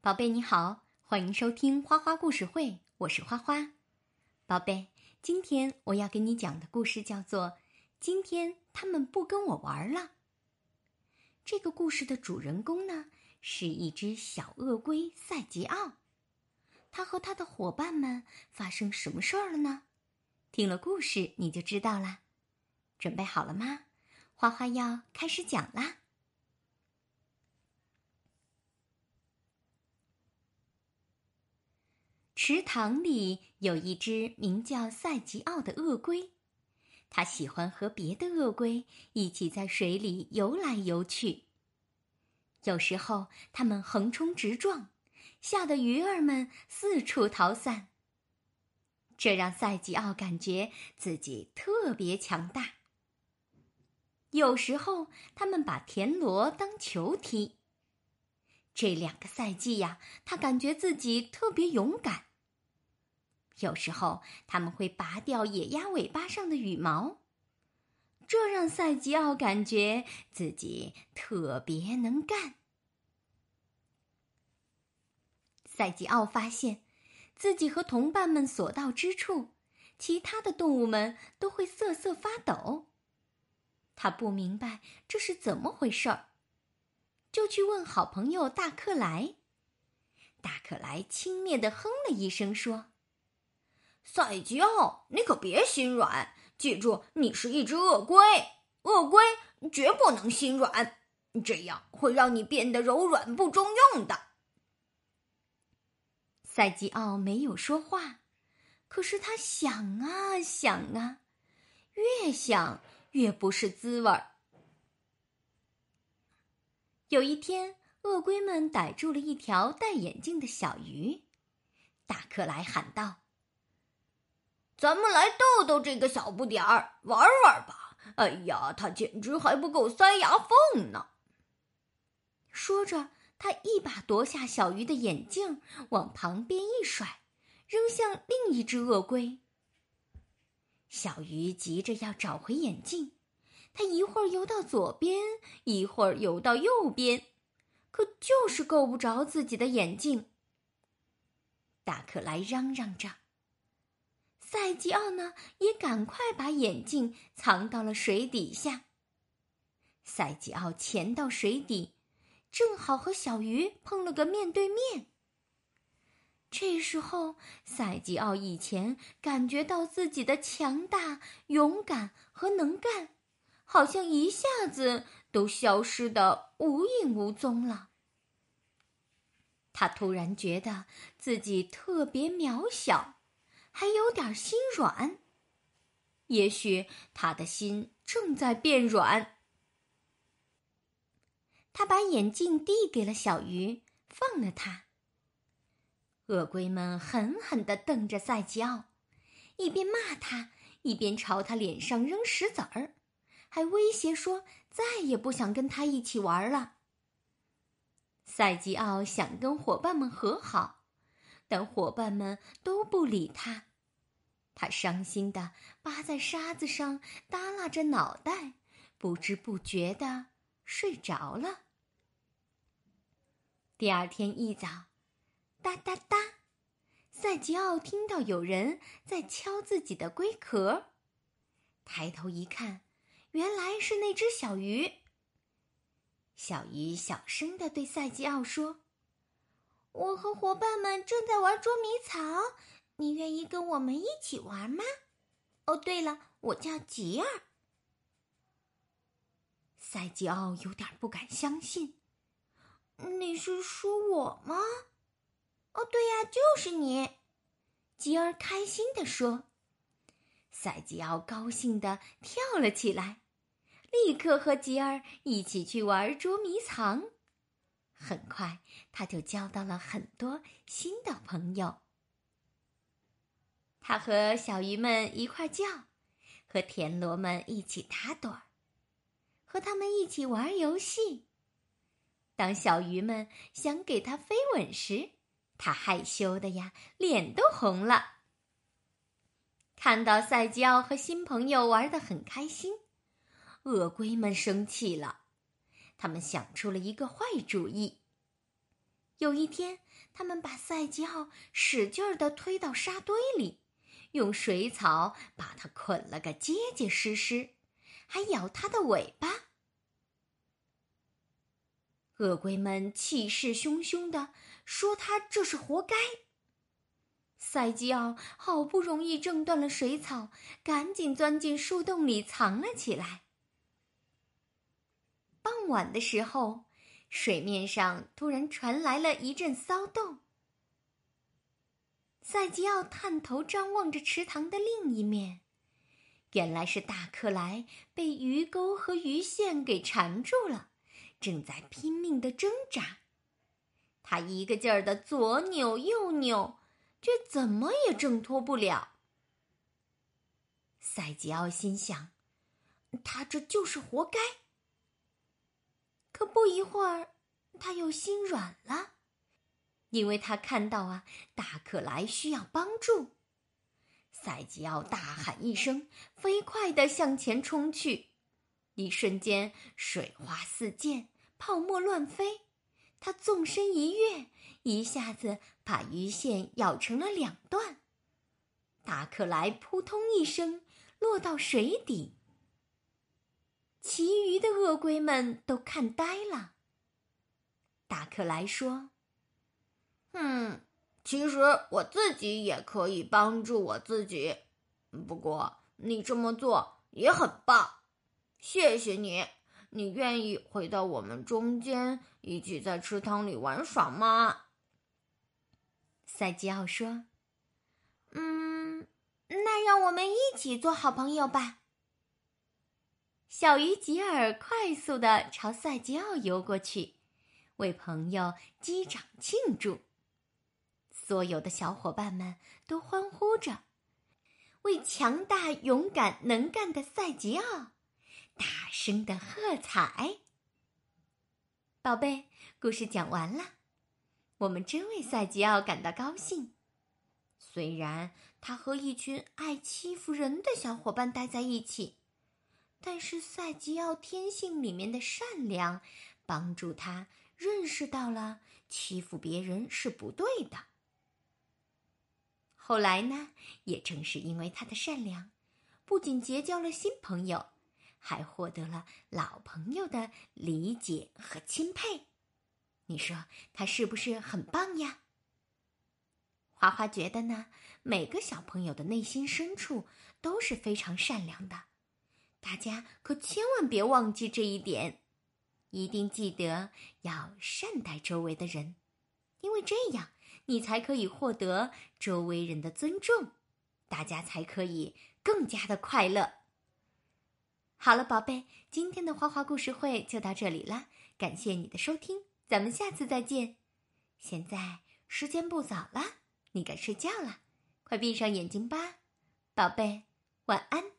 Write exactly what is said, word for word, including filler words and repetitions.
宝贝你好，欢迎收听花花故事会，我是花花。宝贝，今天我要给你讲的故事叫做《今天他们不跟我玩了》。这个故事的主人公呢，是一只小鳄龟赛吉奥。他和他的伙伴们发生什么事儿了呢？听了故事你就知道啦。准备好了吗？花花要开始讲啦。池塘里有一只名叫赛吉奥的鳄龟，它喜欢和别的鳄龟一起在水里游来游去。有时候它们横冲直撞，吓得鱼儿们四处逃散。这让赛吉奥感觉自己特别强大。有时候他们把田螺当球踢。这两个赛季呀，他感觉自己特别勇敢。有时候他们会拔掉野鸭尾巴上的羽毛，这让赛吉奥感觉自己特别能干。赛吉奥发现自己和同伴们所到之处，其他的动物们都会瑟瑟发抖。他不明白这是怎么回事儿，就去问好朋友大克莱。大克莱轻蔑地哼了一声说：赛吉奥，你可别心软，记住你是一只鳄龟，鳄龟绝不能心软，这样会让你变得柔软不中用的。赛吉奥没有说话，可是他想啊想啊，越想越不是滋味儿。有一天，鳄龟们逮住了一条戴眼镜的小鱼。大克莱喊道：咱们来逗逗这个小不点儿，玩玩吧！哎呀，他简直还不够塞牙缝呢！说着，他一把夺下小鱼的眼镜，往旁边一甩，扔向另一只鳄龟。小鱼急着要找回眼镜，它一会儿游到左边，一会儿游到右边，可就是够不着自己的眼镜。大克莱嚷嚷着。赛吉奥呢，也赶快把眼镜藏到了水底下。赛吉奥潜到水底，正好和小鱼碰了个面对面。这时候，赛吉奥以前感觉到自己的强大、勇敢和能干，好像一下子都消失得无影无踪了。他突然觉得自己特别渺小，还有点心软。也许他的心正在变软。他把眼镜递给了小鱼，放了它。鳄龟们狠狠地瞪着赛吉奥，一边骂他，一边朝他脸上扔石子儿，还威胁说再也不想跟他一起玩了。赛吉奥想跟伙伴们和好，但伙伴们都不理他。他伤心地扒在沙子上，耷拉着脑袋，不知不觉地睡着了。第二天一早，哒哒哒，赛吉奥听到有人在敲自己的龟壳。抬头一看，原来是那只小鱼。小鱼小声地对赛吉奥说：我和伙伴们正在玩捉迷藏，你愿意跟我们一起玩吗？哦，对了，我叫吉儿。赛吉奥有点不敢相信。你是说我吗？哦，对呀，就是你。吉儿开心地说。赛吉奥高兴地跳了起来，立刻和吉儿一起去玩捉迷藏。很快，他就交到了很多新的朋友。他和小鱼们一块叫，和田螺们一起打盹儿，和他们一起玩游戏。当小鱼们想给他飞吻时，他害羞的呀，脸都红了。看到赛吉奥和新朋友玩得很开心，鳄龟们生气了，他们想出了一个坏主意。 有一天，他们把赛吉奥使劲儿地推到沙堆里，用水草把它捆了个结结实实，还咬它的尾巴。鳄龟们气势汹汹地说他这是活该。赛吉奥好不容易挣断了水草，赶紧钻进树洞里藏了起来。傍晚的时候，水面上突然传来了一阵骚动。赛吉奥探头张望着池塘的另一面，原来是大克莱被鱼钩和鱼线给缠住了，正在拼命地挣扎。他一个劲儿地左扭右扭，却怎么也挣脱不了。赛吉奥心想，他这就是活该。可不一会儿，他又心软了，因为他看到啊，大克莱需要帮助。赛吉奥大喊一声，飞快地向前冲去。一瞬间，水花四溅，泡沫乱飞。他纵身一跃，一下子把鱼线咬成了两段。大克莱扑通一声落到水底。其余的鳄龟们都看呆了。大克莱说：“嗯，其实我自己也可以帮助我自己，不过你这么做也很棒，谢谢你。你愿意回到我们中间，一起在池塘里玩耍吗？”赛吉奥说：“嗯，那让我们一起做好朋友吧。”小鱼吉尔快速地朝赛吉奥游过去，为朋友击掌庆祝。所有的小伙伴们都欢呼着，为强大、勇敢、能干的赛吉奥大声地喝彩。宝贝，故事讲完了，我们真为赛吉奥感到高兴。虽然他和一群爱欺负人的小伙伴待在一起，但是赛吉奥天性里面的善良，帮助他认识到了欺负别人是不对的。后来呢，也正是因为他的善良，不仅结交了新朋友，还获得了老朋友的理解和钦佩。你说他是不是很棒呀？花花觉得呢，每个小朋友的内心深处都是非常善良的。大家可千万别忘记这一点，一定记得要善待周围的人，因为这样你才可以获得周围人的尊重，大家才可以更加的快乐。好了，宝贝，今天的花花故事会就到这里了，感谢你的收听，咱们下次再见。现在时间不早了，你该睡觉了，快闭上眼睛吧，宝贝，晚安。